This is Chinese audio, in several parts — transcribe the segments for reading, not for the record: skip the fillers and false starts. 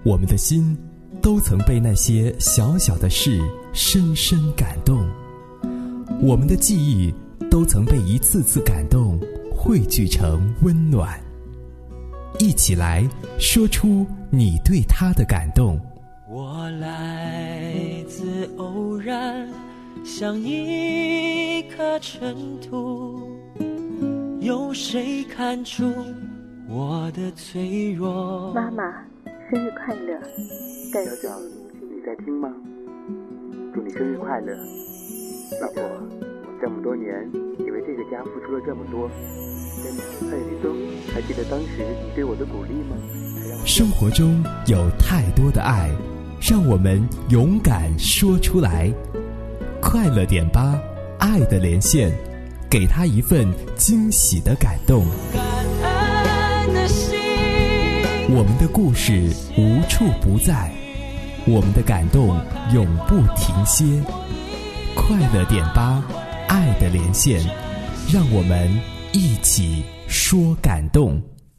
我们的心都曾被那些小小的事深深感动，我们的记忆都曾被一次次感动汇聚成温暖。一起来说出你对他的感动。 我来自偶然，像一颗尘土，有谁看出我的脆弱？ 妈妈，生日快乐！ 小小，你在听吗？祝你生日快乐，老婆！我这么多年，你为这个家付出了这么多，嘿，李松，还记得当时你对我的鼓励吗？ 生活中有太多的爱，让我们勇敢说出来。快乐点吧，爱的连线，给他一份惊喜的感动。我们的故事无处不在，我们的感动永不停歇。快乐点吧，爱的连线，让我们一起说感动。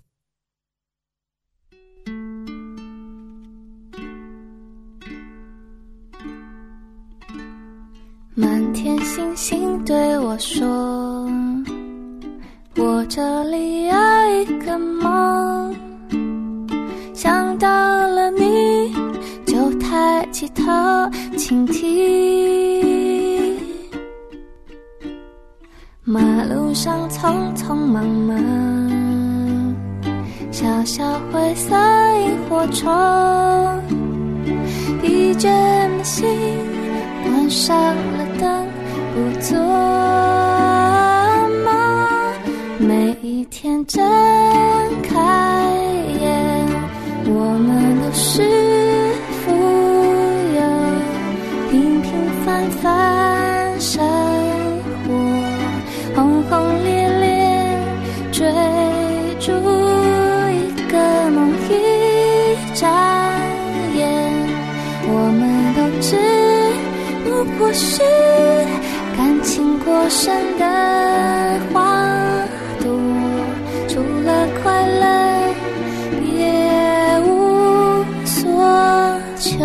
满天星星对我说，我这里有一个梦，想到了你就抬起头倾听，马路上匆匆忙忙，小小灰色萤火虫，疲倦的心关上了灯，不做梦。每一天睁开眼，我们都是富有，平平凡凡生活，轰轰烈烈追逐一个梦，一眨眼，我们都知不是感情过深的花朵，除了快乐别无所求。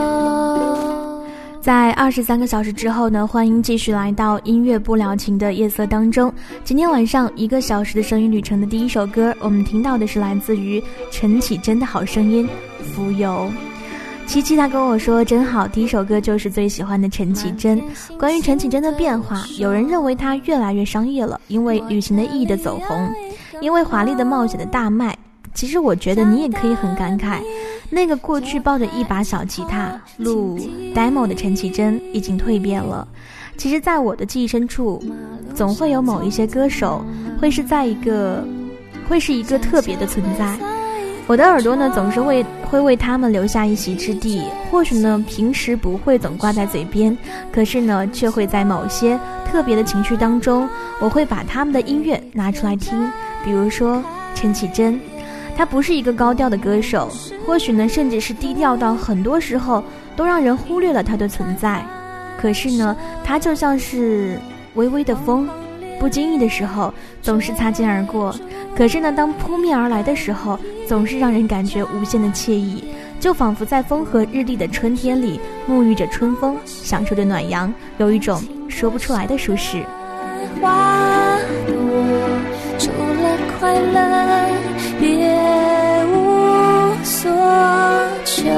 在23个小时之后呢，欢迎继续来到音乐不了情的夜色当中。今天晚上1个小时的声音旅程的第一首歌，我们听到的是来自于陈绮贞的好声音《浮游》。琪琪他跟我说真好，第一首歌就是最喜欢的陈绮贞。关于陈绮贞的变化，有人认为她越来越商业了，因为旅行的意义的走红，因为华丽的冒险的大卖。其实我觉得你也可以很感慨，那个过去抱着一把小吉他录 demo 的陈绮贞已经蜕变了。其实在我的记忆深处，总会有某一些歌手会是一个特别的存在。我的耳朵呢，总是会为他们留下一席之地，或许呢，平时不会总挂在嘴边，可是呢，却会在某些特别的情绪当中，我会把他们的音乐拿出来听。比如说陈绮贞，她不是一个高调的歌手，或许呢，甚至是低调到很多时候都让人忽略了她的存在。可是呢，她就像是微微的风，不经意的时候总是擦肩而过，可是呢，当扑面而来的时候，总是让人感觉无限的惬意，就仿佛在风和日丽的春天里沐浴着春风，享受着暖阳，有一种说不出来的舒适。 花朵除了快乐别无所求。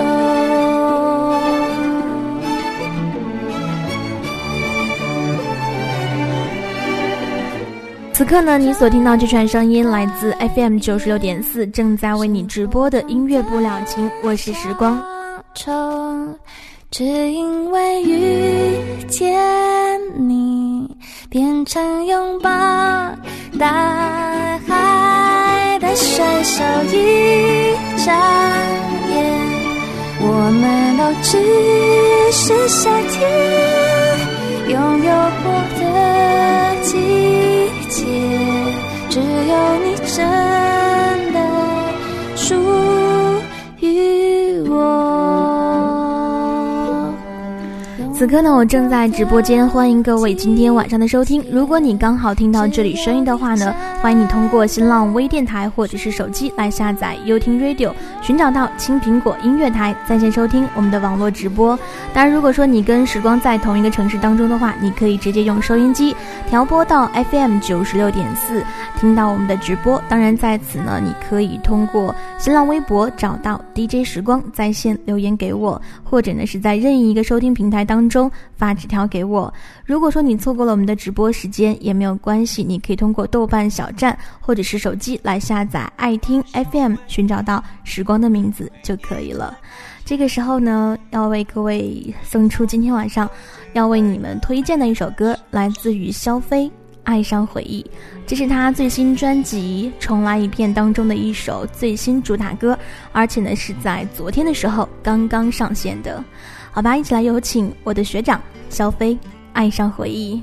此刻呢，你所听到这串声音来自 FM 96.4，正在为你直播的音乐不了情，我是时光。 只因为遇见你，变成拥抱大海的水手，一眨眼，我们都只是夏天拥有过的季节，只有你真的属于我。 此刻呢，我正在直播间，欢迎各位今天晚上的收听。如果你刚好听到这里声音的话呢， 欢迎你通过新浪微电台或者是手机来下载优听 Radio， 寻找到青苹果音乐台，在线收听我们的网络直播。当然如果说你跟时光在同一个城市当中的话，你可以直接用收音机调拨到 FM 96.4听到我们的直播。当然在此呢，你可以通过新浪微博找到 DJ 时光在线留言给我，或者呢是在任意一个收听平台当中发纸条给我。如果说你错过了我们的直播时间也没有关系，你可以通过豆瓣小站或者是手机来下载爱听 FM， 寻找到时光的名字就可以了。这个时候呢，要为各位送出今天晚上要为你们推荐的一首歌，来自于萧飞，爱上回忆。这是他最新专辑重来一遍当中的一首最新主打歌，而且呢是在昨天的时候刚刚上线的。好吧，一起来有请我的学长萧飞，爱上回忆。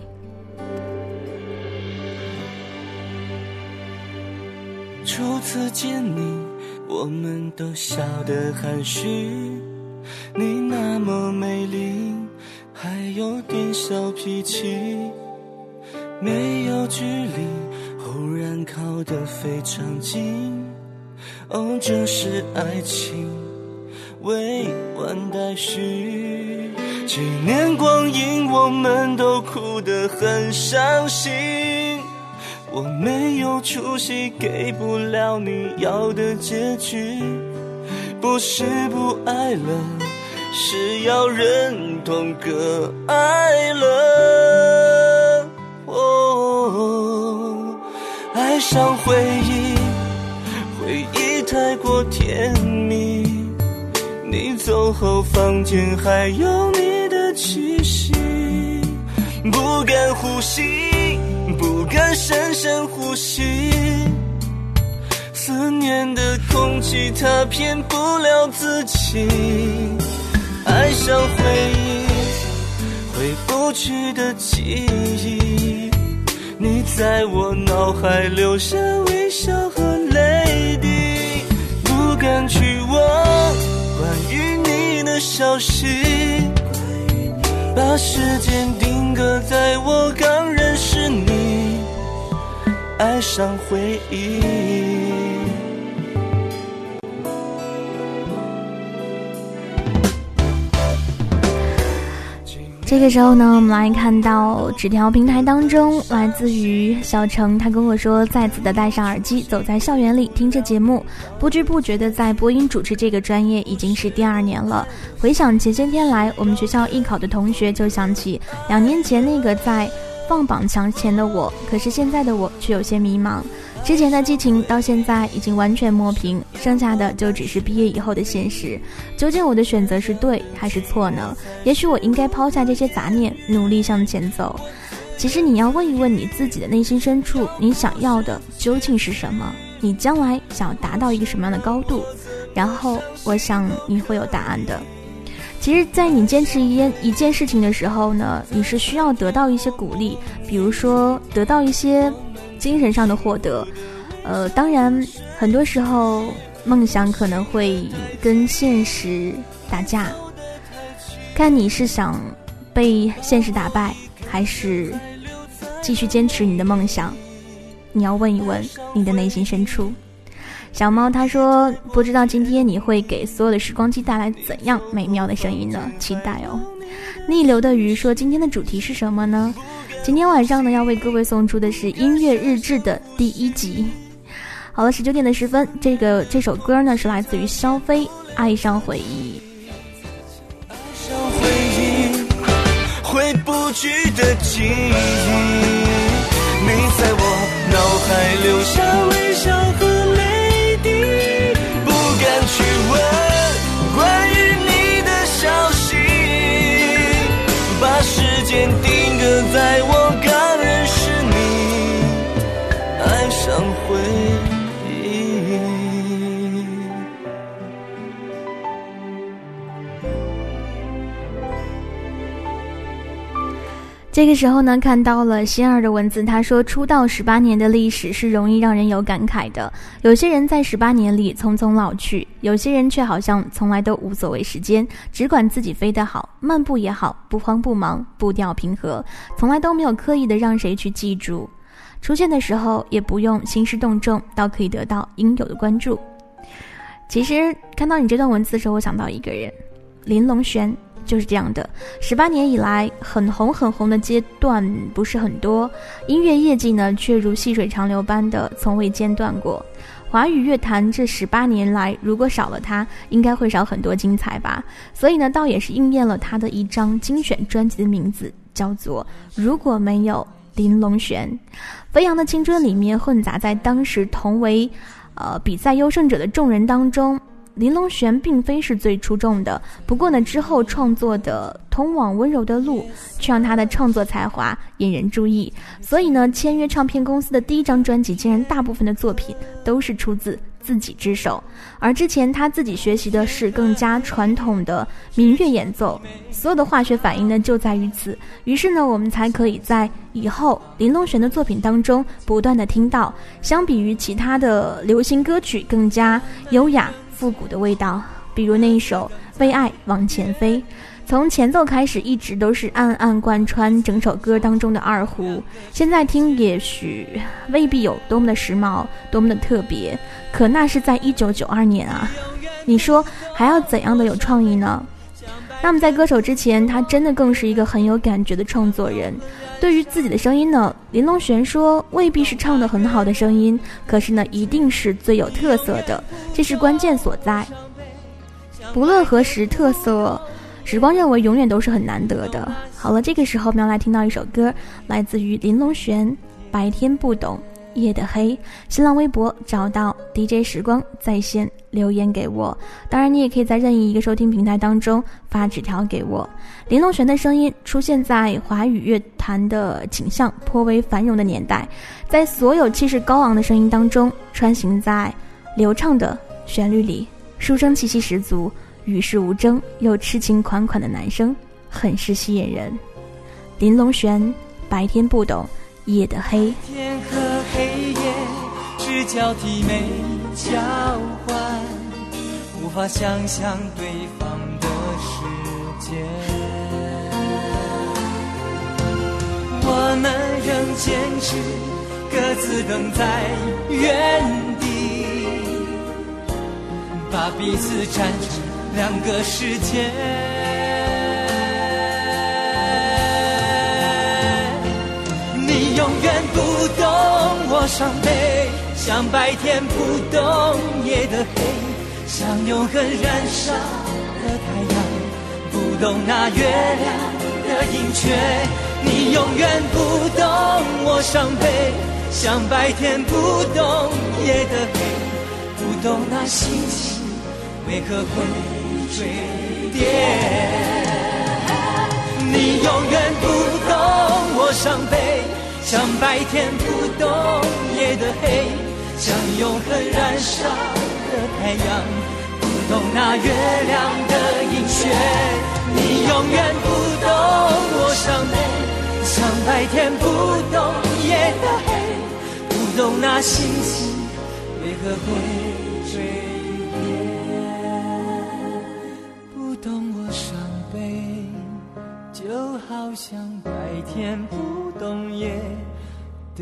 初次见你，我们都笑得含蓄，你那么美丽，还有点小脾气，没有距离，忽然靠得非常近。哦，这是爱情，未完待续。几年光阴，我们都哭得很伤心。我没有出息，给不了你要的结局。不是不爱了，是要忍痛割爱了。哦，爱上回忆，回忆太过甜蜜。你走后，房间还有你的气息，不敢呼吸，不敢深深呼吸，思念的空气它骗不了自己。爱上回忆，回不去的记忆，你在我脑海留下微笑和泪滴，不敢去问关于你的消息，把时间定格在我刚认识你，爱上回忆。 这个时候呢，我们来看到纸条平台当中，来自于小程，他跟我说，再次的戴上耳机，走在校园里听着节目，不知不觉的在播音主持这个专业已经是第2年了。回想前些天来我们学校艺考的同学，就想起2年前那个在放榜墙前的我，可是现在的我却有些迷茫。之前的激情到现在已经完全磨平，剩下的就只是毕业以后的现实。究竟我的选择是对还是错呢？也许我应该抛下这些杂念，努力向前走。其实你要问一问你自己的内心深处，你想要的究竟是什么？你将来想要达到一个什么样的高度？然后我想你会有答案的。其实在你坚持一件事情的时候呢，你是需要得到一些鼓励，比如说得到一些精神上的获得。当然很多时候梦想可能会跟现实打架，看你是想被现实打败，还是继续坚持你的梦想。你要问一问你的内心深处。小猫他说，不知道今天你会给所有的时光机带来怎样美妙的声音呢？期待哦。逆流的鱼说，今天的主题是什么呢？今天晚上呢，要为各位送出的是音乐日志的第1集。好了，19点的10分，这首歌呢是来自于萧飞，爱上回忆。 爱上回忆，回不去的记忆，你在我脑海留下微笑和泪滴，不敢去问关于你的消息，把时间定格在我刚认识你，爱上回忆。 这个时候呢，看到了心儿的文字，他说出道18年的历史是容易让人有感慨的，有些人在18年里匆匆老去，有些人却好像从来都无所谓时间，只管自己飞得好，漫步也好，不慌不忙，步调平和，从来都没有刻意的让谁去记住。 出现的时候也不用兴师动众，倒可以得到应有的关注。其实看到你这段文字的时候，我想到一个人，林隆璇。就是这样的，18年以来很红的阶段不是很多，音乐业绩呢却如细水长流般的从未间断过。华语乐坛这18年来，如果少了他，应该会少很多精彩吧。所以呢，倒也是应验了他的一张精选专辑的名字，叫做《如果没有林隆璇》。飞扬的青春里面混杂在当时同为比赛优胜者的众人当中，林隆璇并非是最出众的，不过呢，之后创作的《通往温柔的路》却让他的创作才华引人注意。所以呢，签约唱片公司的第一张专辑，竟然大部分的作品都是出自自己之手。而之前他自己学习的是更加传统的民乐演奏，所有的化学反应呢就在于此。于是呢，我们才可以在以后林隆璇的作品当中不断的听到，相比于其他的流行歌曲更加优雅复古的味道，比如那一首《为爱往前飞》，从前奏开始一直都是暗暗贯穿整首歌当中的二胡，现在听也许未必有多么的时髦，多么的特别，可那是在1992年啊，你说还要怎样的有创意呢？那么在歌手之前，他真的更是一个很有感觉的创作人。对于自己的声音呢，林隆璇说未必是唱得很好的声音，可是呢一定是最有特色的，这是关键所在。不论何时，特色时光认为永远都是很难得的。好了，这个时候我们要来听到一首歌，来自于林隆璇，《白天不懂夜的黑》。新浪微博找到 DJ 时光在线留言给我，当然你也可以在任意一个收听平台当中发纸条给我。林隆璇的声音出现在华语乐坛的景象颇为繁荣的年代，在所有气势高昂的声音当中穿行在流畅的旋律里，书生气息十足，与世无争又痴情款款的男生很是吸引人。林隆璇，白天不懂夜的黑。 天和黑夜是交替没交换，无法想象对方的世界。我们仍坚持各自等在原地，把彼此缠成两个世界。你永远不懂我伤悲，像白天不懂夜的黑，像永恒燃烧的太阳，不懂那月亮的盈缺。你永远不懂我伤悲，像白天不懂夜的黑，不懂那星星为何会坠跌。你永远不懂我伤悲，像白天不懂夜的黑，像永恒燃烧的太阳，不懂那月亮的盈缺。你永远不懂我伤悲，像白天不懂夜的黑，不懂那星星为何会坠跌。不懂我伤悲，就好像白天不懂夜的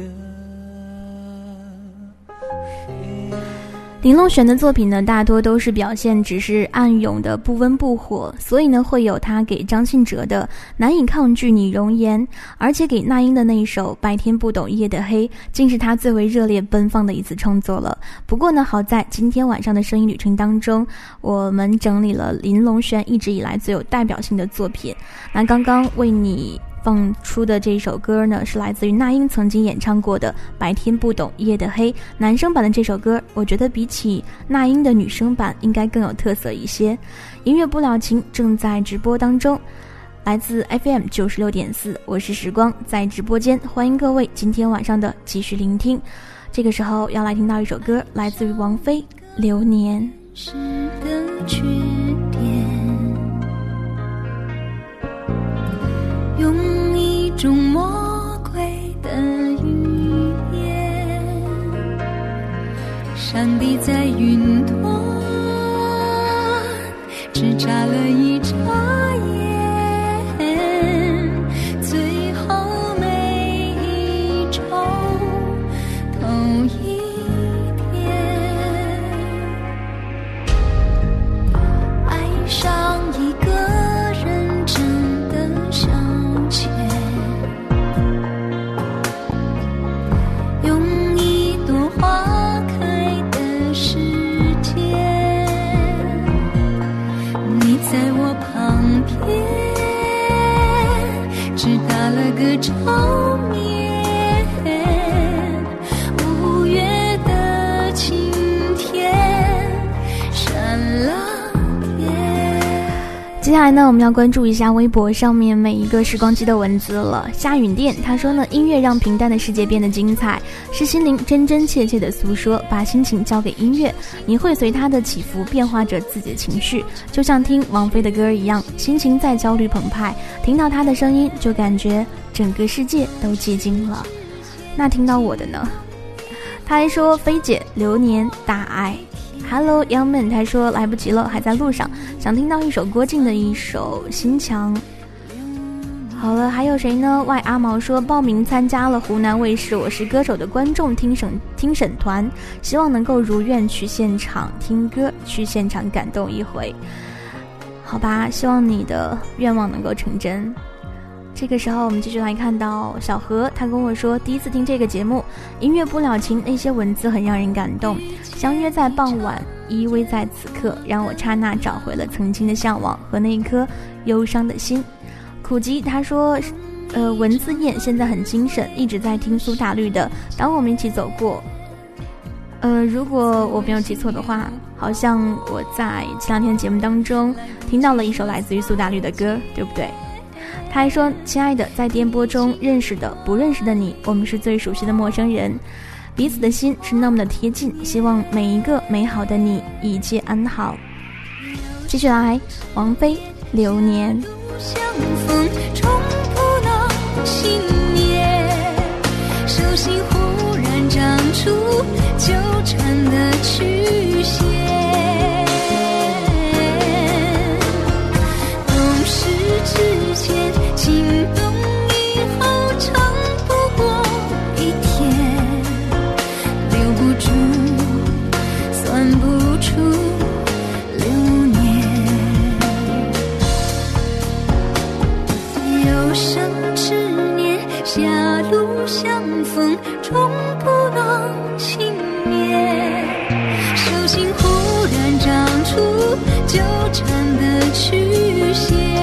黑。 林隆璇的作品呢，大多都是表现只是暗涌的不温不火，所以呢，会有他给张信哲的难以抗拒你容颜，而且给那英的那一首白天不懂夜的黑，竟是他最为热烈奔放的一次创作了。不过呢，好在今天晚上的声音旅程当中，我们整理了林隆璇一直以来最有代表性的作品。那刚刚为你放出的这首歌呢，是来自于那英曾经演唱过的《白天不懂夜的黑》男生版的这首歌，我觉得比起那英的女生版应该更有特色一些。音乐不了情正在直播当中，来自 FM 96.4，我是时光，在直播间欢迎各位今天晚上的继续聆听。这个时候要来听到一首歌，来自于王菲《流年》。 是的缺点，用一种魔鬼的语言闪避在云端，只眨了一眨眼，最后每一种的照面，5月的晴天闪了眼。 接下来呢，我们要关注一下微博上面每一个时光机的文字了。夏允店他说呢，音乐让平淡的世界变得精彩，是心灵真真切切的诉说，把心情交给音乐，你会随它的起伏变化着自己的情绪，就像听王菲的歌一样，心情再焦虑澎湃，听到她的声音就感觉整个世界都寂静了。那听到我的呢？他还说菲姐流年大爱。Hello Young Man， 他说来不及了，还在路上，想听到一首郭靖的一首心墙。好了，还有谁呢？外阿毛说报名参加了湖南卫视《我是歌手》的观众听审团，希望能够如愿去现场听歌，去现场感动一回。好吧，希望你的愿望能够成真。这个时候我们继续来看到小何，他跟我说第一次听这个节目，音乐不了情，那些文字很让人感动，相约在傍晚，依偎在此刻，让我刹那找回了曾经的向往和那一颗忧伤的心。苦吉他说文字燕现在很精神，一直在听苏打绿的当我们一起走过。如果我没有记错的话，好像我在前2天节目当中听到了一首来自于苏打绿的歌，对不对？他还说亲爱的，在电波中认识的不认识的你，我们是最熟悉的陌生人，彼此的心是那么的贴近，希望每一个美好的你一切安好。继续来王菲流年。 相逢冲破了信念，手心忽然长出纠缠的曲线，懂事之前心动以后长不过一天，留不住算不出流年，有生之年狭路相逢冲破了情面，手心忽然长出纠缠的曲线，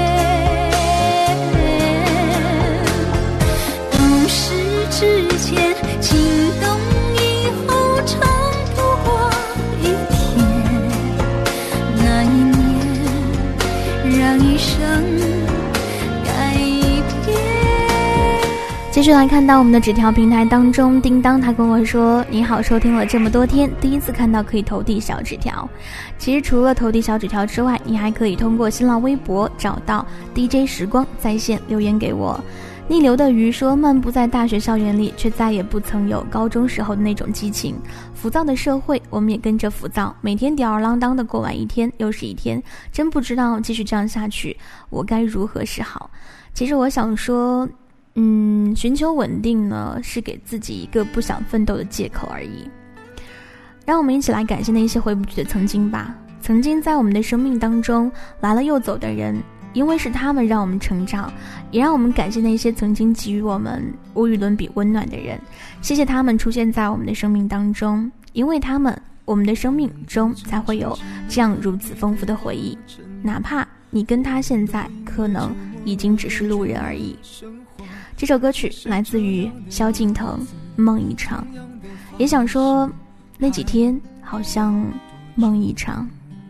懂事之前心动以后长不过一天，那一年让一生改变。 继续来看到我们的纸条平台当中，叮当他跟我说你好，收听了这么多天，第一次看到可以投递小纸条。其实除了投递小纸条之外，你还可以通过新浪微博找到 DJ 时光在线留言给我。逆流的鱼说漫步在大学校园里，却再也不曾有高中时候的那种激情，浮躁的社会我们也跟着浮躁，每天吊儿郎当的过完一天又是一天，真不知道继续这样下去我该如何是好。其实我想说寻求稳定呢，是给自己一个不想奋斗的借口而已。让我们一起来感谢那些回不去的曾经吧，曾经在我们的生命当中来了又走的人，因为是他们让我们成长，也让我们感谢那些曾经给予我们无与伦比温暖的人。谢谢他们出现在我们的生命当中，因为他们，我们的生命中才会有这样如此丰富的回忆，哪怕你跟他现在可能已经只是路人而已。这首歌曲来自于萧敬腾《梦一场》，也想说那几天好像梦一场。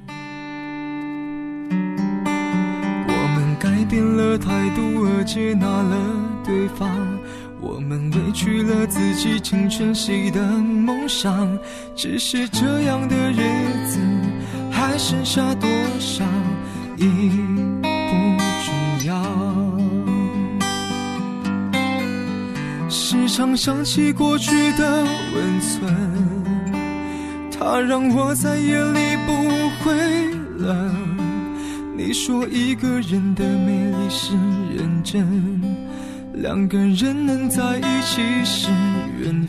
我们改变了态度而接纳了对方，我们委屈了自己青春期的梦想，只是这样的日子还剩下多少已不重要，时常想起过去的温存，它让我在夜里不会冷。你说一个人的美丽是认真，两个人能在一起是缘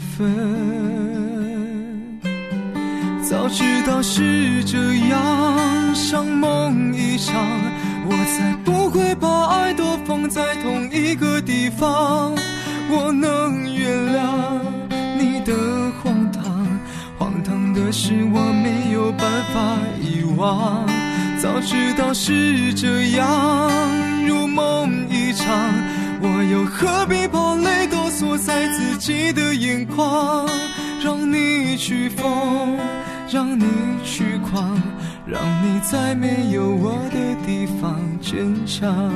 分。早知道是这样，像梦一场，我才不会把爱都放在同一个地方。我能原谅你的荒唐，荒唐的是我没有办法遗忘。早知道是这样，如梦一场， 我又何必把泪都锁在自己的眼眶，让你去疯，让你去狂，让你在没有我的地方坚强。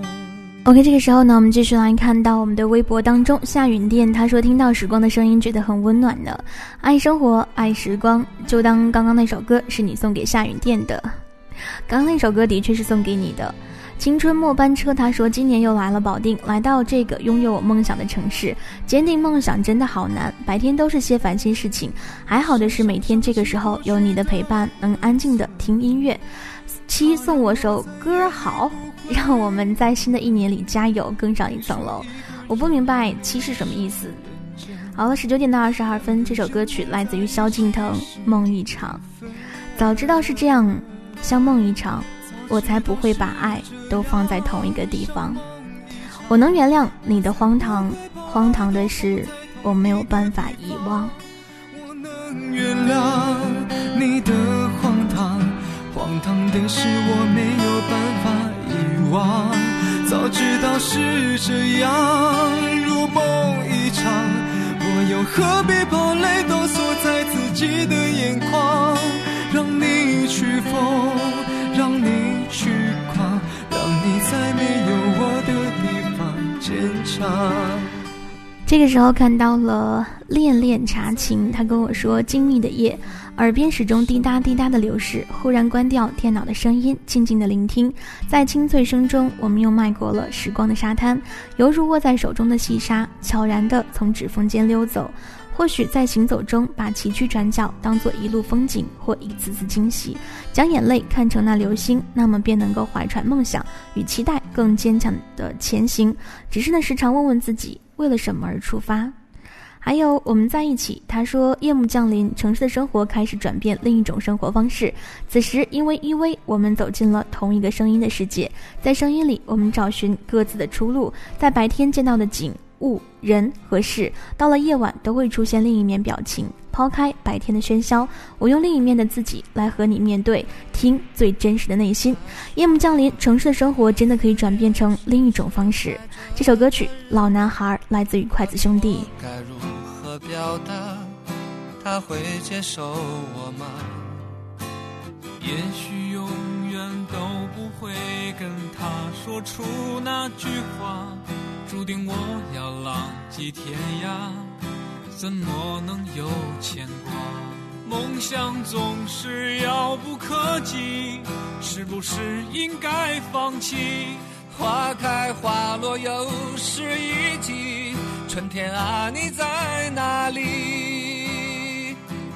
OK， 这个时候呢，我们继续来看到我们的微博当中，夏允店他说听到时光的声音觉得很温暖的，爱生活爱时光，就当刚刚那首歌是你送给夏允店的。刚刚那首歌的确是送给你的。青春末班车他说今年又来了保定，来到这个拥有我梦想的城市，坚定梦想真的好难，白天都是些烦心事情，还好的是每天这个时候有你的陪伴，能安静的听音乐。七送我首歌好，让我们在新的一年里加油，更上一层楼。我不明白七是什么意思。好了，19点到22分，这首歌曲来自于萧敬腾，梦一场。早知道是这样，像梦一场，我才不会把爱都放在同一个地方。我能原谅你的荒唐，荒唐的是我没有办法遗忘。 我能原谅你的荒唐，荒唐的是我没有办法遗忘。早知道是这样，如梦一场，我又何必把泪都锁在自己的眼眶，让你去疯，让你去狂，让你在没有我的地方坚强。 这个时候看到了恋恋茶情，他跟我说静谧的夜，耳边始终滴答滴答的流逝，忽然关掉电脑的声音，静静的聆听，在清脆声中我们又迈过了时光的沙滩，犹如握在手中的细沙，悄然地从指缝间溜走。或许在行走中把崎岖转角当作一路风景或一次次惊喜，将眼泪看成那流星，那么便能够怀揣梦想与期待更坚强的前行。只是呢，时常问问自己为了什么而出发。还有我们在一起，他说夜幕降临，城市的生活开始转变另一种生活方式，此时因为依偎，我们走进了同一个声音的世界，在声音里我们找寻各自的出路，在白天见到的景物人和事，到了夜晚都会出现另一面表情。抛开白天的喧嚣，我用另一面的自己来和你面对，听最真实的内心。夜幕降临，城市的生活真的可以转变成另一种方式。这首歌曲《老男孩》来自于筷子兄弟。 该如何表达，他会接受我吗？也许永远都不会跟他说出那句话，注定我要浪迹天涯，怎么能有牵挂？梦想总是遥不可及，是不是应该放弃？花开花落又是一季，春天啊你在哪里？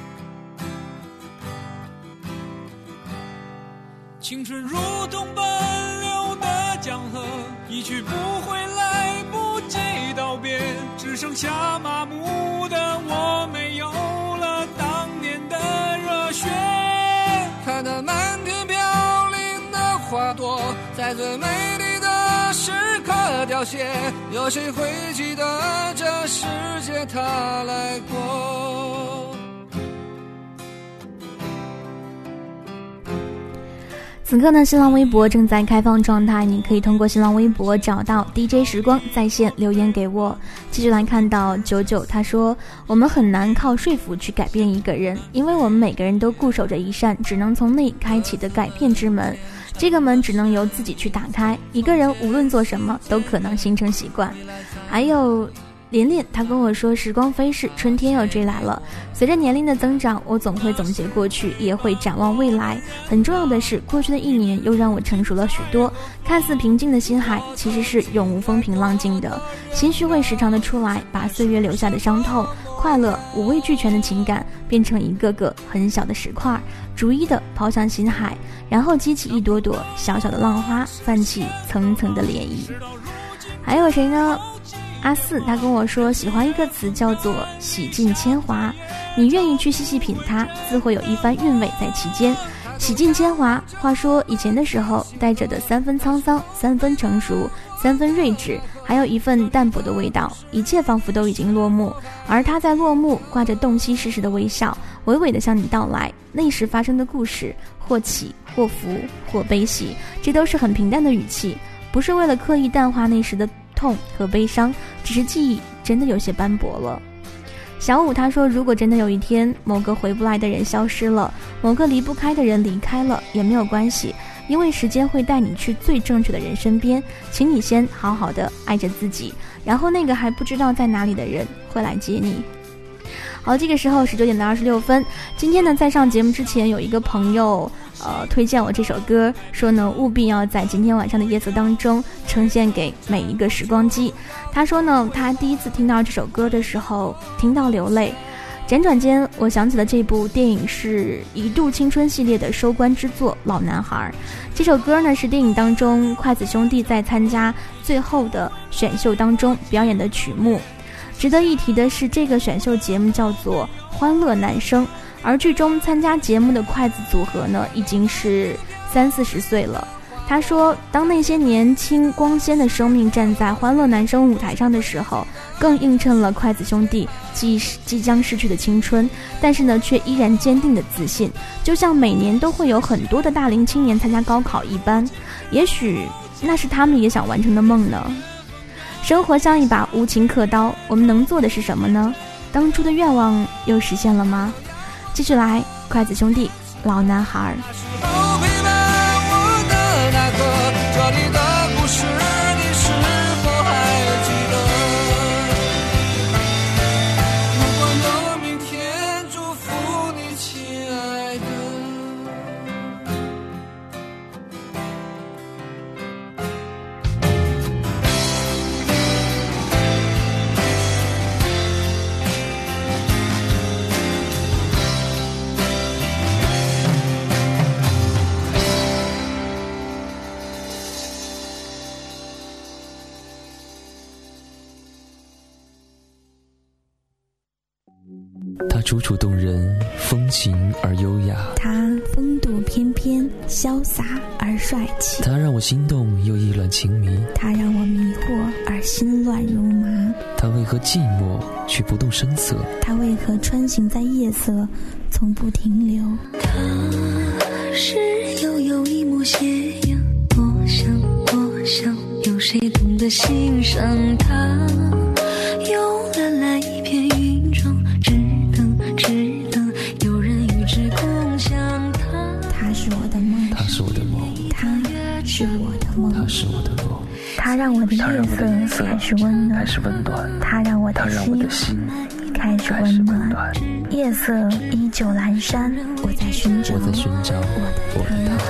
青春如同奔流的江河，一去不回来不及道别，只剩下麻木的我，没有了当年的热血。看那满天飘零的花朵，在最美丽的时刻凋谢，有谁会记得这世界它来过？ 此刻呢，新浪微博正在开放状态，你可以通过新浪微博找到 DJ 时光在线留言给我。继续来看到99，他说我们很难靠说服去改变一个人，因为我们每个人都固守着一扇只能从内开启的改变之门，这个门只能由自己去打开。一个人无论做什么都可能形成习惯。还有琳琳，她跟我说时光飞逝，春天又追来了。随着年龄的增长，我总会总结过去，也会展望未来。很重要的是，过去的一年又让我成熟了许多。看似平静的心海，其实是永无风平浪静的。心绪会时常的出来，把岁月留下的伤痛、快乐、五味俱全的情感，变成一个个很小的石块，逐一的抛向心海，然后激起一朵朵小小的浪花，泛起层层的涟漪。还有谁呢？阿四他跟我说喜欢一个词叫做洗尽铅华，你愿意去细细品它，自会有一番韵味在其间。洗尽铅华，话说以前的时候带着的3分沧桑，3分成熟，3分睿智，还有一份淡薄的味道，一切仿佛都已经落幕，而他在落幕挂着洞悉世事的微笑，娓娓地向你道来那时发生的故事，或喜或福或悲喜，这都是很平淡的语气，不是为了刻意淡化那时的痛和悲伤，只是记忆真的有些斑驳了。小五他说，如果真的有一天某个回不来的人消失了，某个离不开的人离开了，也没有关系，因为时间会带你去最正确的人身边，请你先好好的爱着自己，然后那个还不知道在哪里的人会来接你。好，这个时候19点26分，今天呢在上节目之前有一个朋友推荐我这首歌，说呢务必要在今天晚上的夜色当中呈现给每一个时光机。他说呢他第一次听到这首歌的时候听到流泪，辗转间我想起了这部电影是一度青春系列的收官之作《老男孩》。这首歌呢是电影当中筷子兄弟在参加最后的选秀当中表演的曲目。值得一提的是，这个选秀节目叫做欢乐男声，而剧中参加节目的筷子组合呢已经是30-40岁了。他说，当那些年轻光鲜的生命站在欢乐男声舞台上的时候，更映衬了筷子兄弟即将逝去的青春，但是呢却依然坚定的自信，就像每年都会有很多的大龄青年参加高考一般，也许那是他们也想完成的梦呢。生活像一把无情刻刀，我们能做的是什么呢？当初的愿望又实现了吗？继续来，筷子兄弟，老男孩。 这里的故事你是否还记得？如果有明天，祝福你亲爱的。 他楚楚动人，风情而优雅； 他风度翩翩，潇洒而帅气； 他让我心动又意乱情迷； 他让我迷惑而心乱如麻； 他为何寂寞却不动声色； 他为何穿行在夜色从不停留； 他是悠悠一抹斜阳，我想有谁懂得欣赏他，有蓝蓝一片云中，只等有人与之共享他。 他是我的梦， 他是我的梦， 他是我的梦， 他是我的梦。 他让我的夜色开始温暖，他让我的心开始温暖。夜色依旧阑珊，我在寻找我的他。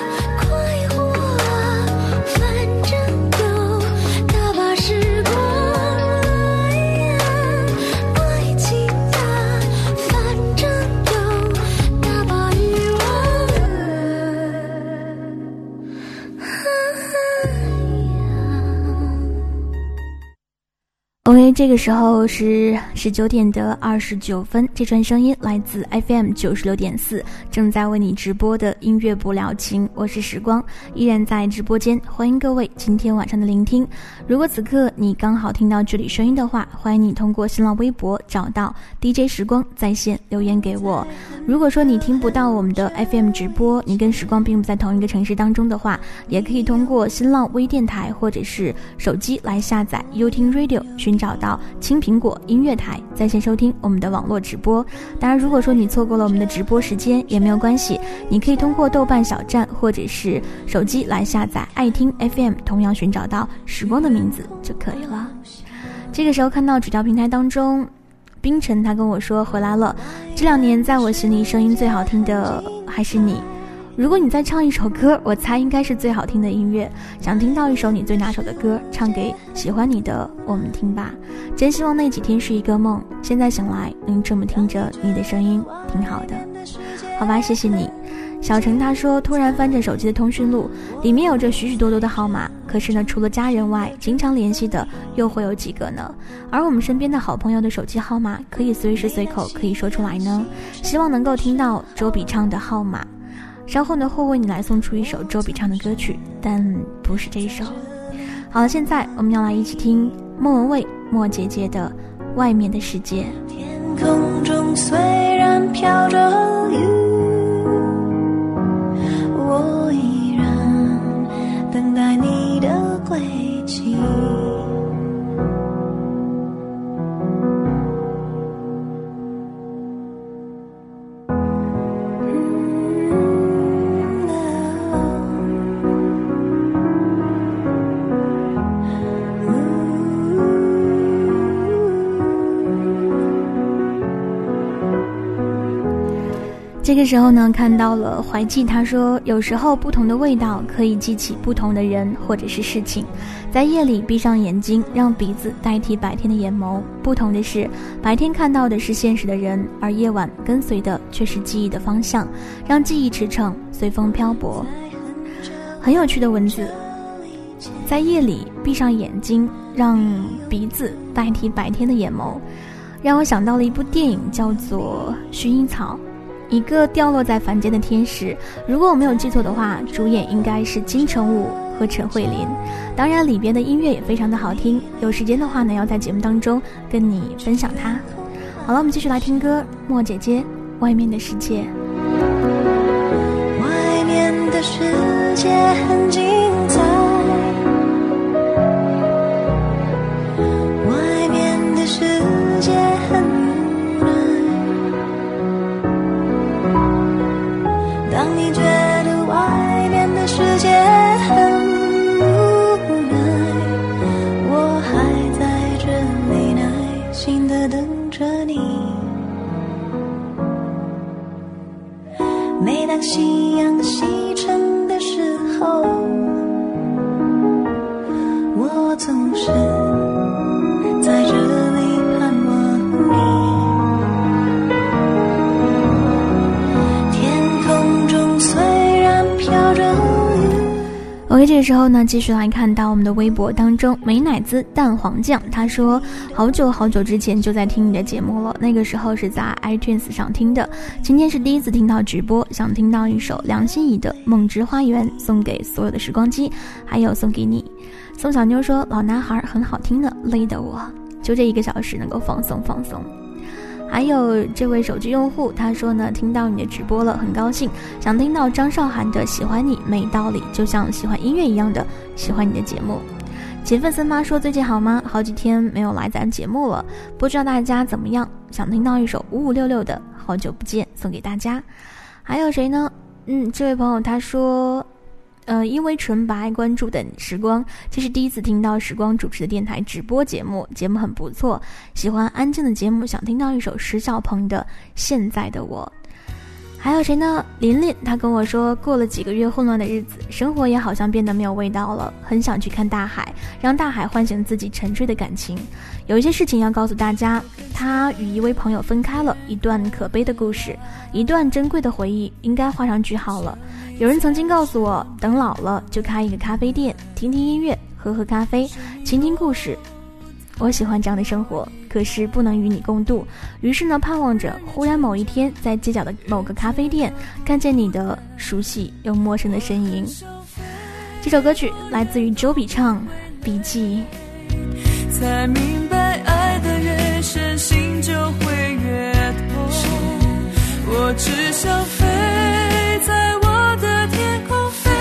OK， 这个时候是19点29分，这串声音来自 FM 96.4，正在为你直播的音乐不了情，我是时光，依然在直播间，欢迎各位今天晚上的聆听。如果此刻你刚好听到这里声音的话，欢迎你通过新浪微博找到 DJ 时光在线留言给我。如果说你听不到我们的 FM 直播，你跟时光并不在同一个城市当中的话，也可以通过新浪微电台或者是手机来下载 YouTing Radio， 寻找到青苹果音乐台在线收听我们的网络直播。当然如果说你错过了我们的直播时间也没有关系，你可以通过豆瓣小站或者是手机来下载爱听 FM， 同样寻找到时光的名字就可以了。这个时候看到主调平台当中冰晨他跟我说回来了，这2年在我心里声音最好听的还是你。如果你再唱一首歌，我猜应该是最好听的音乐。想听到一首你最拿手的歌，唱给喜欢你的我们听吧。真希望那几天是一个梦，现在醒来能这么听着你的声音，挺好的。好吧，谢谢你。小程他说，突然翻着手机的通讯录，里面有着许许多多的号码，可是呢，除了家人外，经常联系的又会有几个呢？而我们身边的好朋友的手机号码，可以随时随口可以说出来呢？希望能够听到周笔畅的号码。稍后呢，会为你来送出一首周笔畅的歌曲，但不是这一首。好了，现在我们要来一起听莫文蔚、莫姐姐的《外面的世界》。 天空中虽然飘着雨，我依然等待你的归期。 这个时候呢，看到了怀记，他说有时候不同的味道可以记起不同的人或者是事情。在夜里闭上眼睛，让鼻子代替白天的眼眸，不同的是白天看到的是现实的人，而夜晚跟随的却是记忆的方向，让记忆驰骋，随风漂泊。很有趣的文字，在夜里闭上眼睛，让鼻子代替白天的眼眸，让我想到了一部电影，叫做《薰衣草》，一个掉落在凡间的天使。如果我没有记错的话，主演应该是金城武和陈慧琳。当然里边的音乐也非常的好听，有时间的话呢，要在节目当中跟你分享它。好了，我们继续来听歌，莫姐姐，外面的世界。 外面的世界很精彩，外面的世界很无奈。当你觉得外面的世界很无奈，我还在这里耐心地等着你。每当夕阳西沉的时候，我总是在这里盼望你。天空中虽然飘着雨。 OK， 这个时候呢，继续来看到我们的微博当中，美乃滋蛋黄酱，他说好久好久之前就在听你的节目了，那个时候是在 iTunes 上听的，今天是第一次听到直播，想听到一首梁心颐的《梦之花园》，送给所有的时光机，还有送给你。宋小妞说老男孩很好听的，累得我就这1个小时能够放松放松。还有这位手机用户，他说呢，听到你的直播了，很高兴，想听到张韶涵的《喜欢你没道理》，就像喜欢音乐一样的喜欢你的节目。勤奋森妈说最近好吗？好几天没有来咱节目了，不知道大家怎么样，想听到一首5566的《好久不见》，送给大家。还有谁呢？这位朋友他说因为纯白关注的时光，这是第一次听到时光主持的电台直播节目，节目很不错，喜欢安静的节目，想听到一首石小鹏的《现在的我》。还有谁呢？琳琳，她跟我说过了几个月混乱的日子，生活也好像变得没有味道了，很想去看大海，让大海唤醒自己沉睡的感情。有一些事情要告诉大家，她与一位朋友分开了，一段可悲的故事，一段珍贵的回忆，应该画上句号了。有人曾经告诉我，等老了就开一个咖啡店，听听音乐，喝喝咖啡，倾听故事。我喜欢这样的生活，可是不能与你共度。于是呢，盼望着忽然某一天，在街角的某个咖啡店，看见你的熟悉又陌生的身影。这首歌曲来自于周笔畅《笔记》。 才明白爱的越深，心就会越痛。我只想飞在我的天空飞，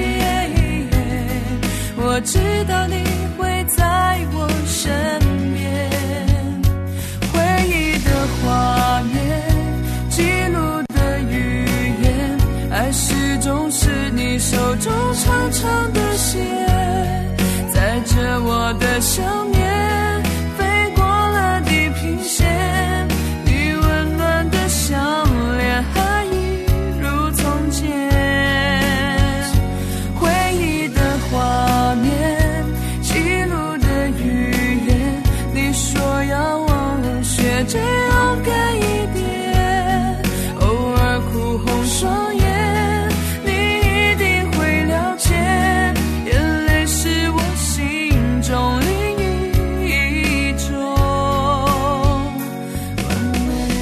我知道你会在我身边。回忆的画面，记录的语言，爱始终是你手中长长的线，载着我的想念，飞过了地平线，你温暖的笑脸还一如从前。回忆的画面，记录的语言，你说要我学着勇敢一点，偶尔哭红双眼，你一定会了解，眼泪是我心中另一种完美。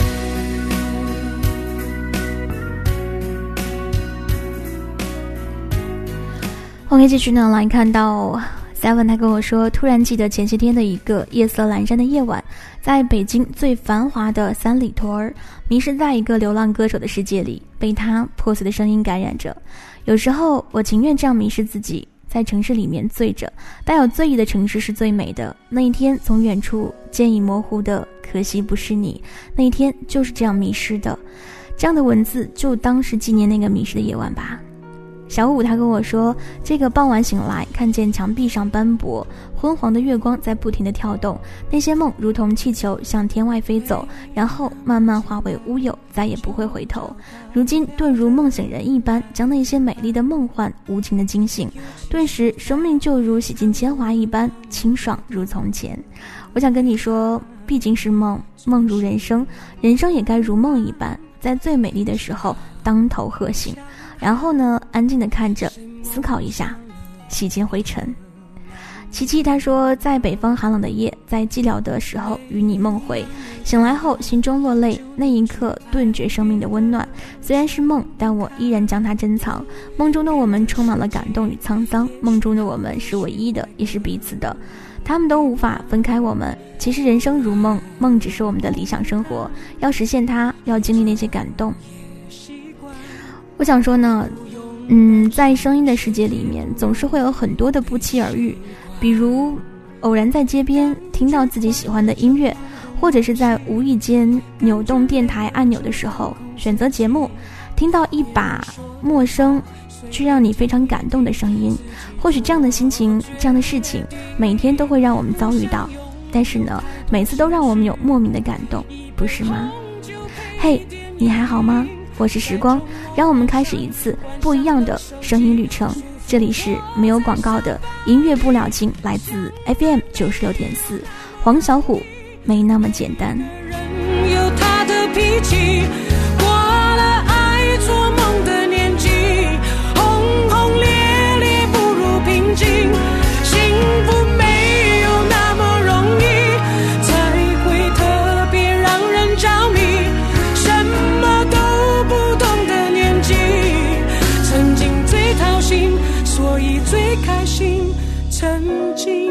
OK， 继续呢来看到 Seven， 他跟我说，突然记得前些天的一个夜色阑珊的夜晚，在北京最繁华的三里屯，迷失在一个流浪歌手的世界里，被他破碎的声音感染着。有时候我情愿这样迷失自己，在城市里面醉着，带有醉意的城市是最美的。那一天从远处见已模糊的，可惜不是你，那一天就是这样迷失的。这样的文字就当是纪念那个迷失的夜晚吧。 小五他跟我说，这个傍晚醒来，看见墙壁上斑驳昏黄的月光在不停地跳动，那些梦如同气球向天外飞走，然后慢慢化为乌有，再也不会回头。如今顿如梦醒人一般，将那些美丽的梦幻无情地惊醒，顿时生命就如洗尽铅华一般清爽如从前。我想跟你说，毕竟是梦，梦如人生，人生也该如梦一般，在最美丽的时候当头喝醒，然后呢，安静地看着，思考一下，洗尽灰尘。琪琪他说，在北方寒冷的夜，在寂寥的时候与你梦回，醒来后心中落泪，那一刻顿觉生命的温暖。虽然是梦，但我依然将它珍藏。梦中的我们充满了感动与沧桑，梦中的我们是唯一的，也是彼此的，他们都无法分开我们。其实人生如梦，梦只是我们的理想生活，要实现它，要经历那些感动。我想说呢，在声音的世界里面，总是会有很多的不期而遇，比如偶然在街边听到自己喜欢的音乐，或者是在无意间扭动电台按钮的时候，选择节目，听到一把陌生却让你非常感动的声音。或许这样的心情，这样的事情，每天都会让我们遭遇到，但是呢，每次都让我们有莫名的感动，不是吗？嘿，你还好吗？我是时光，让我们开始一次不一样的声音旅程。这里是没有广告的音乐不了情，来自 FM 96.4，黄小琥，没那么简单。 人有他的脾气，过了爱做梦的年纪，轰轰烈烈不如平静，幸福没有那么容易，才会特别让人着迷，什么都不懂的年纪，曾经最掏心，所以最开心，曾经。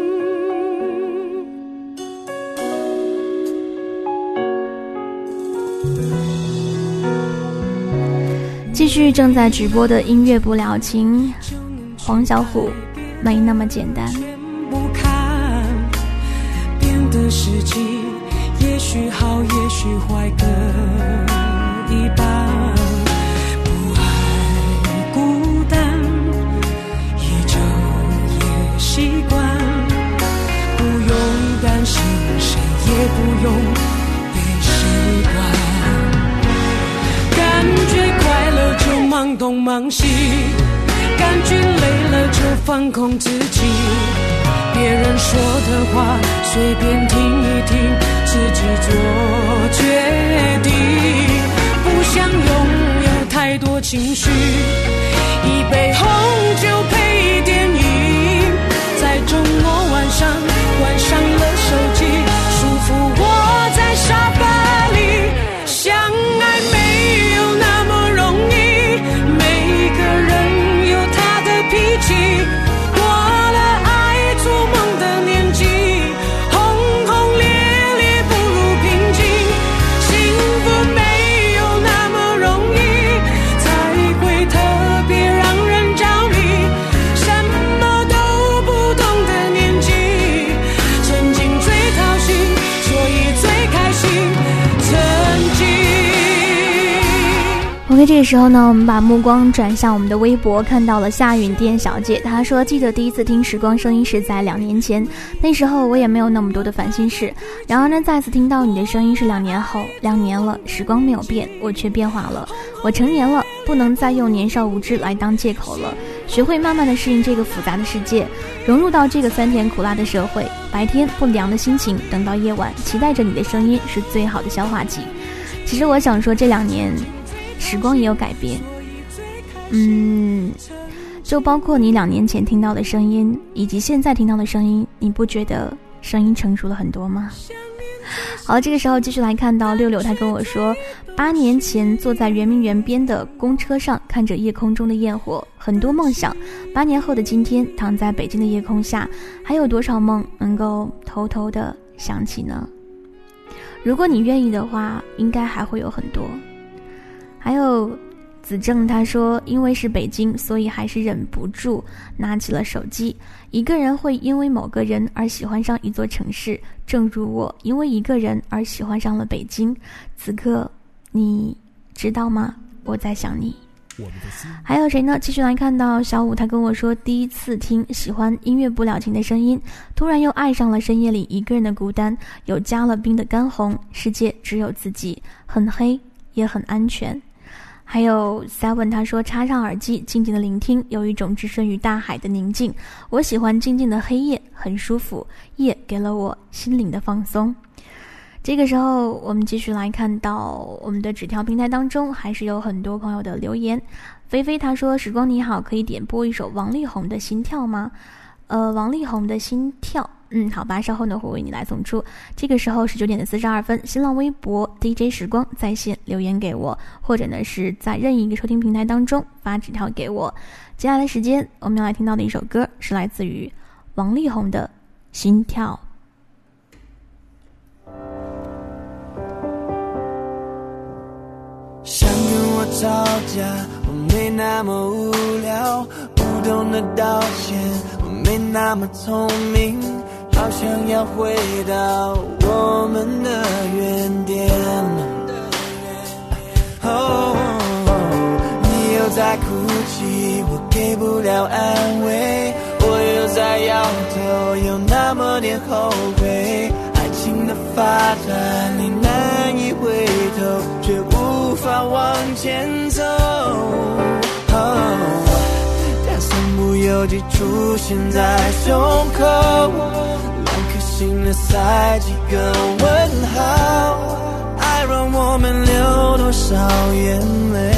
继续正在直播的音乐不了情，黄小琥，没那么简单。 不看变的世纪，也许好也许坏各一半，不爱孤单一周也习惯，不用担心谁也不用被谁管，感觉快乐就忙东忙西，感觉累了就放空自己，别人说的话随便听一听，自己做决定，不想拥有太多情绪，一杯红酒配电影，在周末晚上关上了手机，舒服窝在沙发里，相爱没有那么容易，每个人有他的脾气，过了爱做梦的年纪，轰轰烈烈不如平静，幸福没有那么容易，才会特别让人着迷，什么都不懂的年纪，曾经最掏心，所以最开心，曾经。 OK， 这个时候呢，我们把目光转向我们的微博，看到了夏允店小姐，她说记得第一次听时光声音是在2年前，那时候我也没有那么多的烦心事，然而呢，再次听到你的声音是2年后，2年了，时光没有变，我却变化了，我成年了，不能再用年少无知来当借口了，学会慢慢的适应这个复杂的世界，融入到这个酸甜苦辣的社会，白天不良的心情，等到夜晚期待着你的声音是最好的消化剂。其实我想说，这2年时光也有改变，就包括你2年前听到的声音以及现在听到的声音，你不觉得声音成熟了很多吗？好，这个时候继续来看到六六，他跟我说，8年前坐在圆明园边的公车上，看着夜空中的焰火，很多梦想，8年后的今天，躺在北京的夜空下，还有多少梦能够偷偷的想起呢？如果你愿意的话，应该还会有很多。还有子正他说，因为是北京，所以还是忍不住拿起了手机。一个人会因为某个人而喜欢上一座城市，正如我因为一个人而喜欢上了北京。此刻你知道吗？我在想你。 还有谁呢？继续来看到小五，他跟我说第一次听喜欢音乐不了情的声音，突然又爱上了深夜里一个人的孤单，有加了冰的干红，世界只有自己，很黑也很安全。还有 Seven 他说插上耳机静静的聆听，有一种置身于大海的宁静，我喜欢静静的黑夜，很舒服，夜给了我心灵的放松。这个时候我们继续来看到我们的纸条平台当中还是有很多朋友的留言。菲菲他说时光你好，可以点播一首王力宏的心跳吗？王力宏的心跳，好吧，稍后呢会为你来送出。这个时候19点42分，新浪微博 DJ 时光在线留言给我，或者呢是在任意一个收听平台当中发纸条给我。接下来时间我们要来听到的一首歌是来自于王力宏的心跳。 想跟我吵架，我没那么无聊，不懂得道歉，我没那么聪明，好想要回到我们的原点。你又在哭泣，我给不了安慰，我又在摇头，有那么点后悔，爱情的发展你难以回头，却无法往前走。但身不由己出现在胸口，2颗心的塞几个问号，爱让我们流多少眼泪。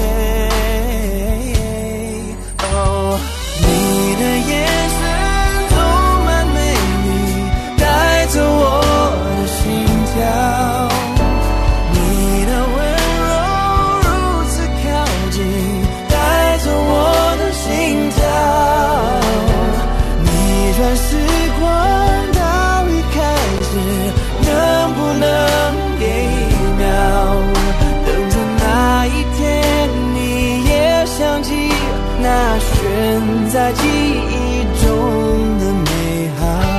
你的眼神充满美丽，带走我的心跳，你的温柔如此靠近，带走我的心跳。逆转时光到一开始，能不能给一秒，等着那一天你也想起那悬在记忆中的美好。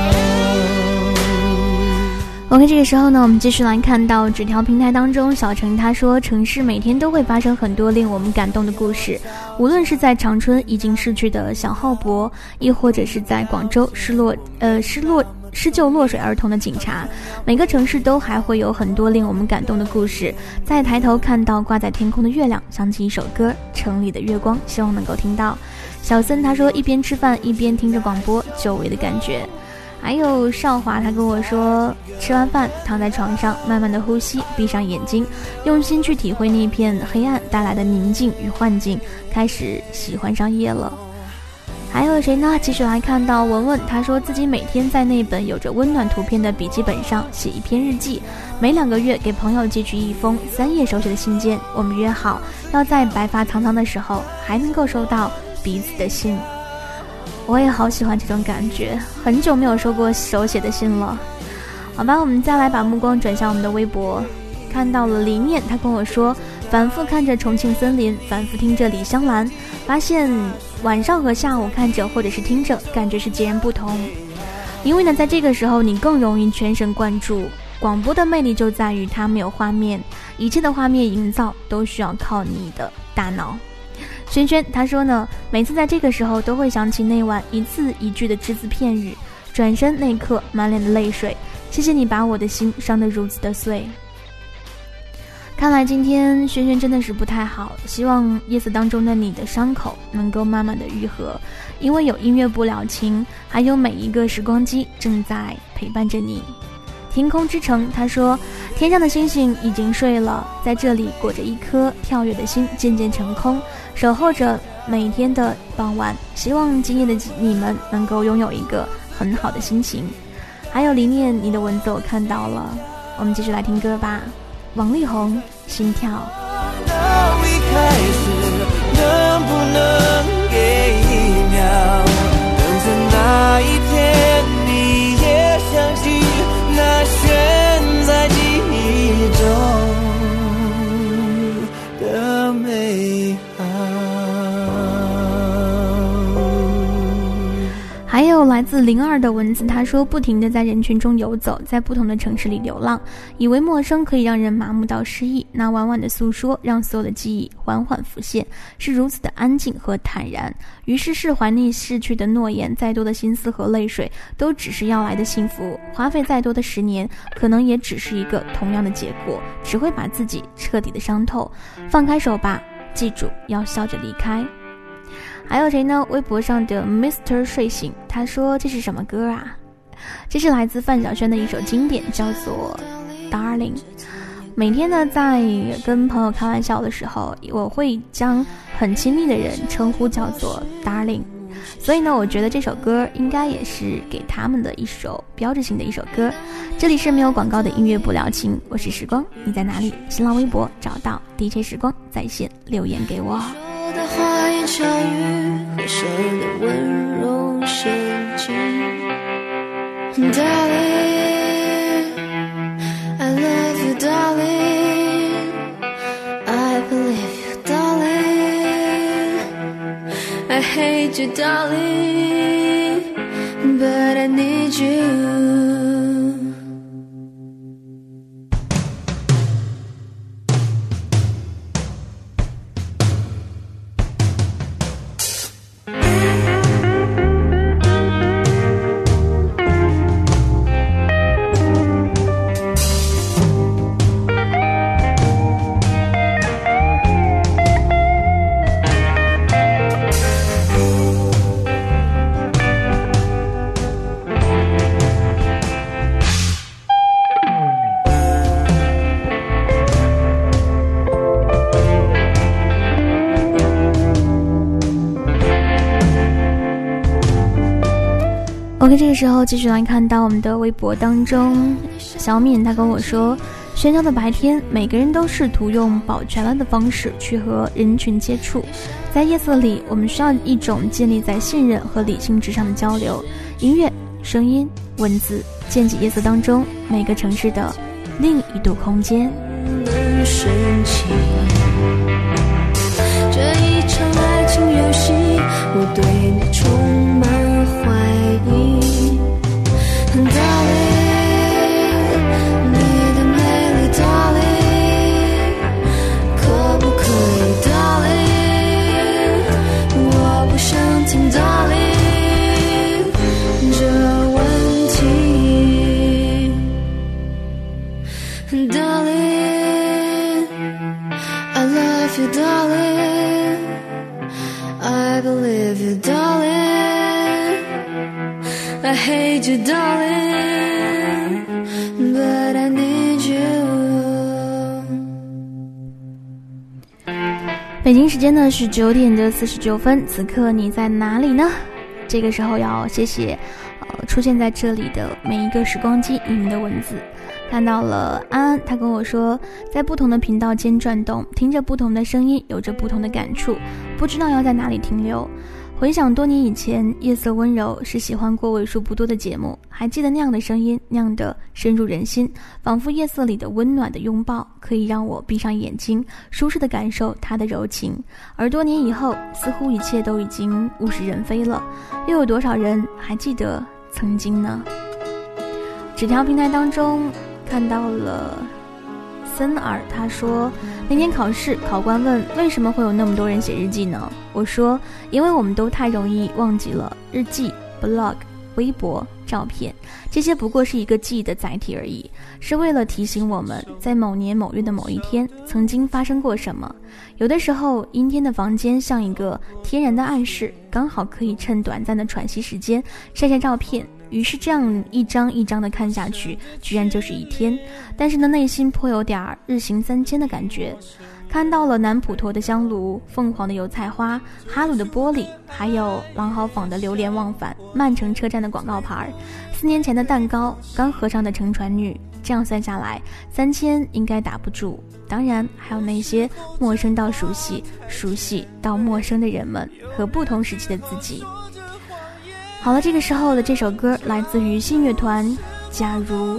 OK， 这个时候呢，我们继续来看到纸条平台当中，小程他说，城市每天都会发生很多令我们感动的故事，无论是在长春已经逝去的小浩博，亦或者是在广州施救落水儿童的警察，每个城市都还会有很多令我们感动的故事。再抬头看到挂在天空的月亮，想起一首歌《城里的月光》，希望能够听到。小森他说，一边吃饭一边听着广播，久违的感觉。还有少华他跟我说，吃完饭躺在床上慢慢的呼吸，闭上眼睛，用心去体会那片黑暗带来的宁静与幻境，开始喜欢上夜了。还有谁呢？继续来看到文文，他说自己每天在那本有着温暖图片的笔记本上写一篇日记，每2个月给朋友寄去一封3页手写的信件，我们约好要在白发苍苍的时候还能够收到彼此的信。我也好喜欢这种感觉，很久没有收过手写的信了。好吧，我们再来把目光转向我们的微博，看到了黎念，他跟我说，反复看着重庆森林，反复听着李香兰，发现晚上和下午看着或者是听着感觉是截然不同。因为呢，在这个时候你更容易全神贯注，广播的魅力就在于它没有画面，一切的画面营造都需要靠你的大脑。轩轩他说呢，每次在这个时候都会想起那晚一字一句的只字片语，转身那刻满脸的泪水，谢谢你把我的心伤得如此的碎。看来今天轩轩真的是不太好，希望夜色当中的你的伤口能够慢慢的愈合，因为有音乐不了情，还有每一个时光机正在陪伴着你。天空之城他说，天上的星星已经睡了，在这里裹着一颗跳跃的心渐渐成空，守候着每天的傍晚，希望今夜的你们能够拥有一个很好的心情。还有黎念，你的文字我看到了，我们继续来听歌吧。王力宏心跳。 到一开始能不能给一秒，等着那一天你也想起那悬在记忆中的美好。 还有有来自02的文字，他说不停地在人群中游走，在不同的城市里流浪，以为陌生可以让人麻木到失忆，那婉婉的诉说让所有的记忆缓缓浮现，是如此的安静和坦然，于是释怀那逝去的诺言，再多的心思和泪水都只是要来的幸福，花费再多的10年可能也只是一个同样的结果，只会把自己彻底的伤透。放开手吧，记住要笑着离开。还有谁呢？微博上的 Mr. 睡醒，他说这是什么歌啊？这是来自范晓萱的一首经典，叫做 Darling。 每天呢在跟朋友开玩笑的时候，我会将很亲密的人称呼叫做 Darling， 所以呢我觉得这首歌应该也是给他们的一首标志性的一首歌。这里是没有广告的音乐不聊情，我是时光，你在哪里？新浪微博找到 DJ 时光在线留言给我。 的花言巧语和谁的温柔深情 Darling I love you darling I believe you darling I hate you darling But I need you OK， 这个时候继续来看到我们的微博当中，小敏她跟我说，喧嚣的白天，每个人都试图用保全了的方式去和人群接触，在夜色里，我们需要一种建立在信任和理性之上的交流。音乐、声音、文字，建起夜色当中每个城市的另一度空间。 深情，这一场爱情游戏，我对你充满怀疑。Darling， 你的美丽 Darling， 可不可以 Darling， 我不想听 Darling 这问题 Darling，I love you darling I believe you darling I hate you darling But I need you。 北京时间呢是9点49分，此刻你在哪里呢？这个时候要谢谢出现在这里的每一个时光机，你们的文字。看到了安安，他跟我说，在不同的频道间转动，听着不同的声音，有着不同的感触，不知道要在哪里停留。回想多年以前，夜色温柔是喜欢过为数不多的节目，还记得那样的声音，那样的深入人心，仿佛夜色里的温暖的拥抱，可以让我闭上眼睛，舒适的感受它的柔情。而多年以后，似乎一切都已经物是人非了，又有多少人还记得曾经呢？纸条平台当中看到了森尔，他说那天考试，考官问为什么会有那么多人写日记呢？我说因为我们都太容易忘记了，日记、blog、微博、照片，这些不过是一个记忆的载体而已，是为了提醒我们在某年某月的某一天曾经发生过什么。有的时候阴天的房间像一个天然的暗示，刚好可以趁短暂的喘息时间晒晒照片，于是这样一张一张的看下去，居然就是一天。但是呢，内心颇有点日行3000的感觉。看到了南普陀的香炉，凤凰的油菜花，哈鲁的玻璃，还有郎豪坊的流连忘返，曼城车站的广告牌，4年前的蛋糕，刚合唱的乘船女，这样算下来3000应该打不住。当然还有那些陌生到熟悉，熟悉到陌生的人们和不同时期的自己。好了，这个时候的这首歌来自于信乐团《假如》。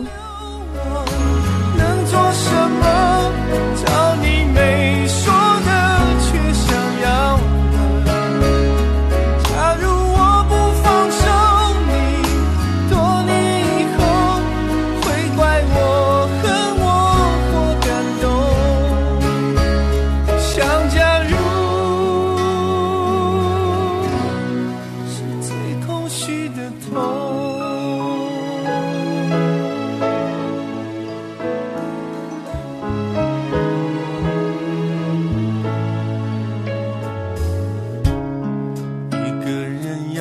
能做什么找你没说的却想要的，假如我不放手你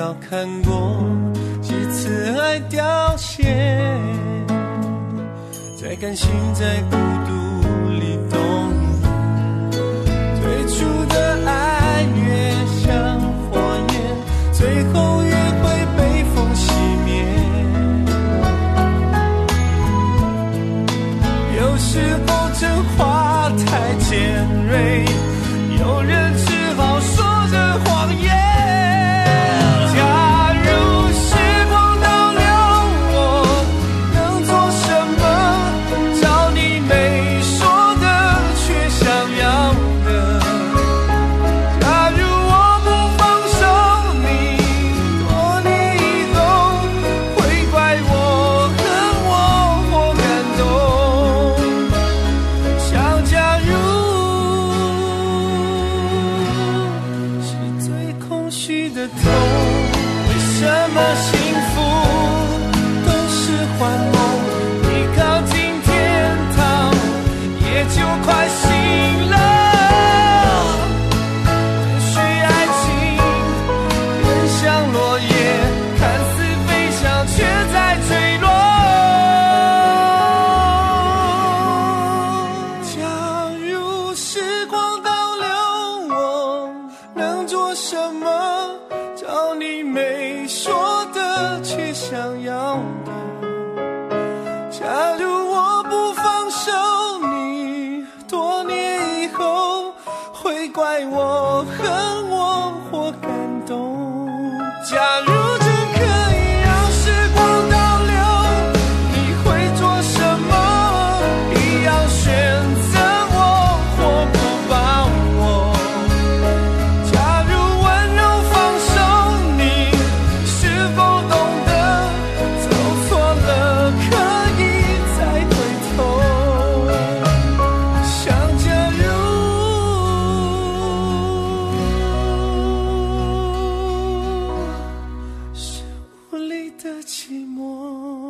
要看过几次爱凋谢，在甘心在孤独里冬眠，最初的爱越像火焰，最后越会被风熄灭。有时候这话太尖锐，有人只好说着谎言。假如时光倒流，我能做什么？找你没说的却想要的。假如我不放手你，多年以后会怪我恨我或感动。想假如是最空虚的痛，为什么幸福都是幻梦？你靠近天堂也就快醒了。也许爱情更像落叶，看似飞翔却在坠落。假如时光倒流，我能做什么？找你没说的却想要的。假如我不放手你，多年以后会怪我恨我或感动。假如真可以让时光倒流，你会做什么？一样选择我或不帮我。假如温柔放手你，是否懂得走错了可以再回头。想假如是无力的寂寞。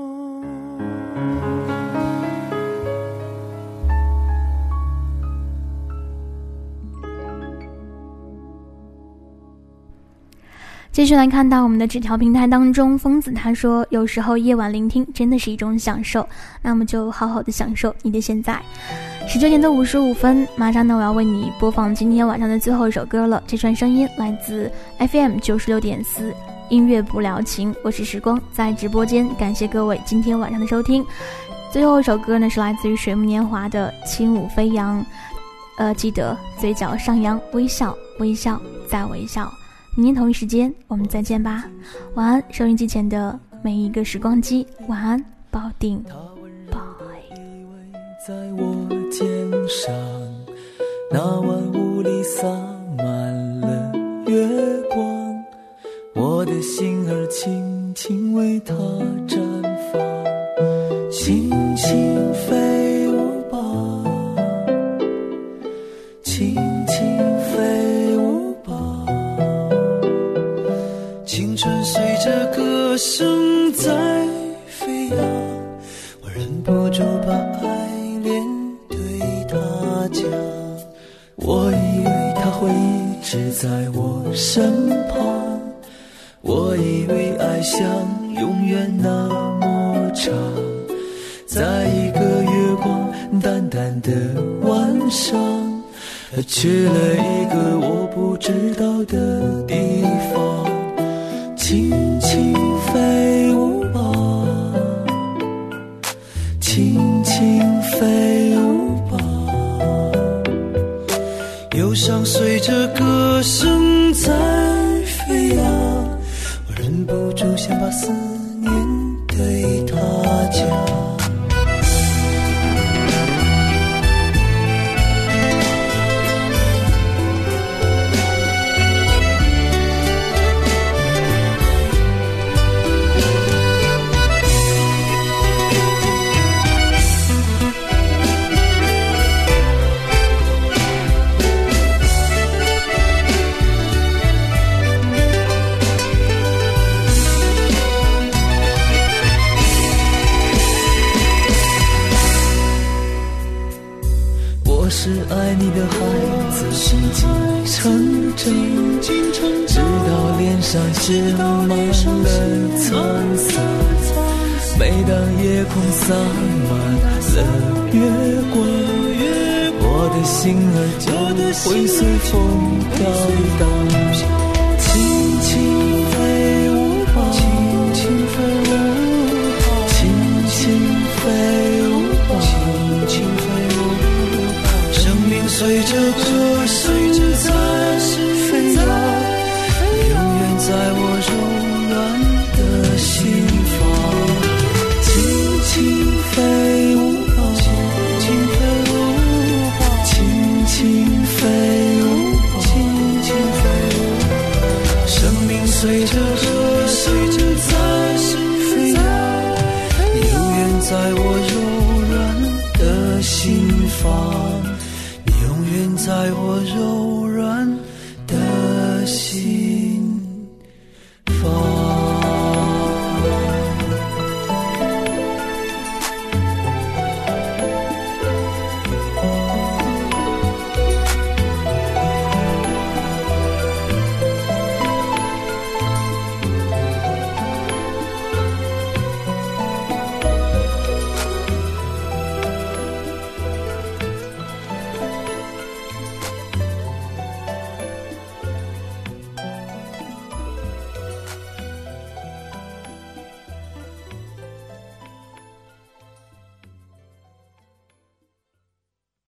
继续来看到我们的纸条平台当中，疯子他说有时候夜晚聆听真的是一种享受，那么就好好的享受你的现在。19:55，马上呢我要为你播放今天晚上的最后一首歌了，这串声音来自 FM 96.4音乐不了情，我是时光，在直播间感谢各位今天晚上的收听。最后一首歌呢是来自于水木年华的轻舞飞扬，记得嘴角上扬，微笑微笑再微笑。明天同一时间我们再见吧，晚安收音机前的每一个时光机，晚安保定，拜。 在我肩上，那晚雾里洒满了月光，我的心儿轻轻为它绽放，轻轻飞舞吧，轻轻飞舞吧，青春随着歌声在飞扬，我忍不住把爱恋对他讲，我以为他会一直在我身旁，我以为爱像永远那么长，在一个月光淡淡的晚上，去了一个我不知道的地方，轻轻飞舞吧，轻轻飞舞吧，忧伤随着歌声在飞扬，我忍不住想把思念对他讲。 上写满了沧桑。每当夜空洒满了月光，我的心儿就会随风飘荡。轻轻飞舞吧，轻轻飞舞吧，轻轻飞舞吧，轻轻飞舞吧。生命随着歌声在飞扬，永远在我柔软的心房。轻轻飞舞吧，轻轻飞舞吧，轻轻飞舞吧，轻轻飞舞吧。生命随着歌声在飞扬，永远在我柔软的心房，永远在我柔软的心